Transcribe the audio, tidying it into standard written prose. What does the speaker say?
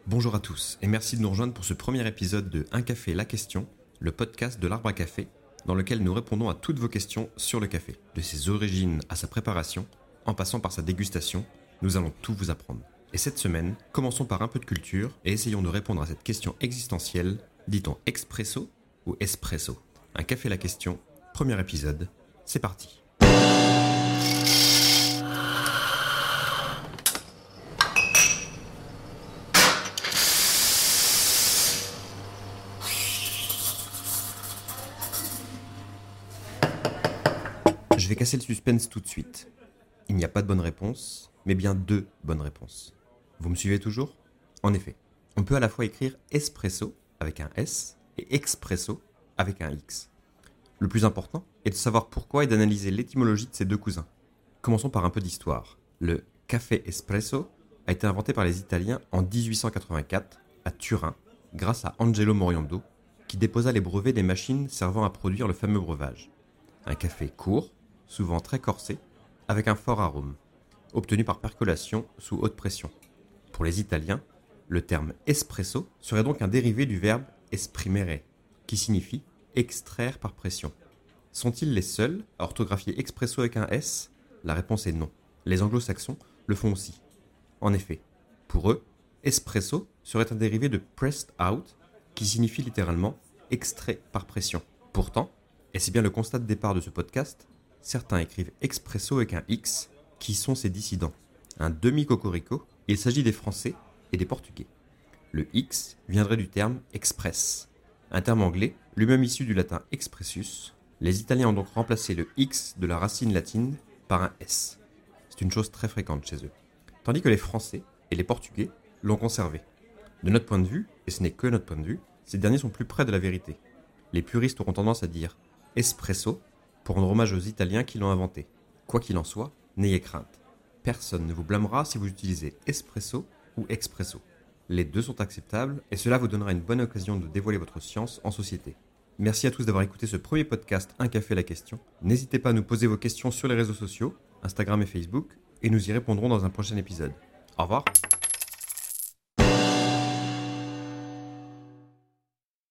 Bonjour à tous et merci de nous rejoindre pour ce premier épisode de Un café, la question, le podcast de l'Arbre à café, dans lequel nous répondons à toutes vos questions sur le café. De ses origines à sa préparation, en passant par sa dégustation, nous allons tout vous apprendre. Et cette semaine, commençons par un peu de culture et essayons de répondre à cette question existentielle, dit-on expresso ou espresso? Un café, la question, premier épisode, c'est parti. Je vais casser le suspense tout de suite. Il n'y a pas de bonne réponse, mais bien deux bonnes réponses. Vous me suivez toujours ? En effet, on peut à la fois écrire espresso avec un S et expresso avec un X. Le plus important est de savoir pourquoi et d'analyser l'étymologie de ces deux cousins. Commençons par un peu d'histoire. Le café espresso a été inventé par les Italiens en 1884 à Turin grâce à Angelo Moriando qui déposa les brevets des machines servant à produire le fameux breuvage. Un café court, souvent très corsé, avec un fort arôme, obtenu par percolation sous haute pression. Pour les Italiens, le terme espresso serait donc un dérivé du verbe esprimere, qui signifie extraire par pression. Sont-ils les seuls à orthographier expresso avec un S ? La réponse est non. Les anglo-saxons le font aussi. En effet, pour eux, espresso serait un dérivé de pressed out, qui signifie littéralement extrait par pression. Pourtant, et c'est bien le constat de départ de ce podcast, certains écrivent expresso avec un X, qui sont ces dissidents. Un demi-cocorico, il s'agit des Français et des Portugais. Le X viendrait du terme express, un terme anglais, lui-même issu du latin expressus. Les Italiens ont donc remplacé le X de la racine latine par un S. C'est une chose très fréquente chez eux. Tandis que les Français et les Portugais l'ont conservé. De notre point de vue, et ce n'est que notre point de vue, ces derniers sont plus près de la vérité. Les puristes auront tendance à dire espresso pour rendre hommage aux Italiens qui l'ont inventé. Quoi qu'il en soit, n'ayez crainte. Personne ne vous blâmera si vous utilisez espresso ou expresso. Les deux sont acceptables et cela vous donnera une bonne occasion de dévoiler votre science en société. Merci à tous d'avoir écouté ce premier podcast Un café la question. N'hésitez pas à nous poser vos questions sur les réseaux sociaux, Instagram et Facebook, et nous y répondrons dans un prochain épisode. Au revoir.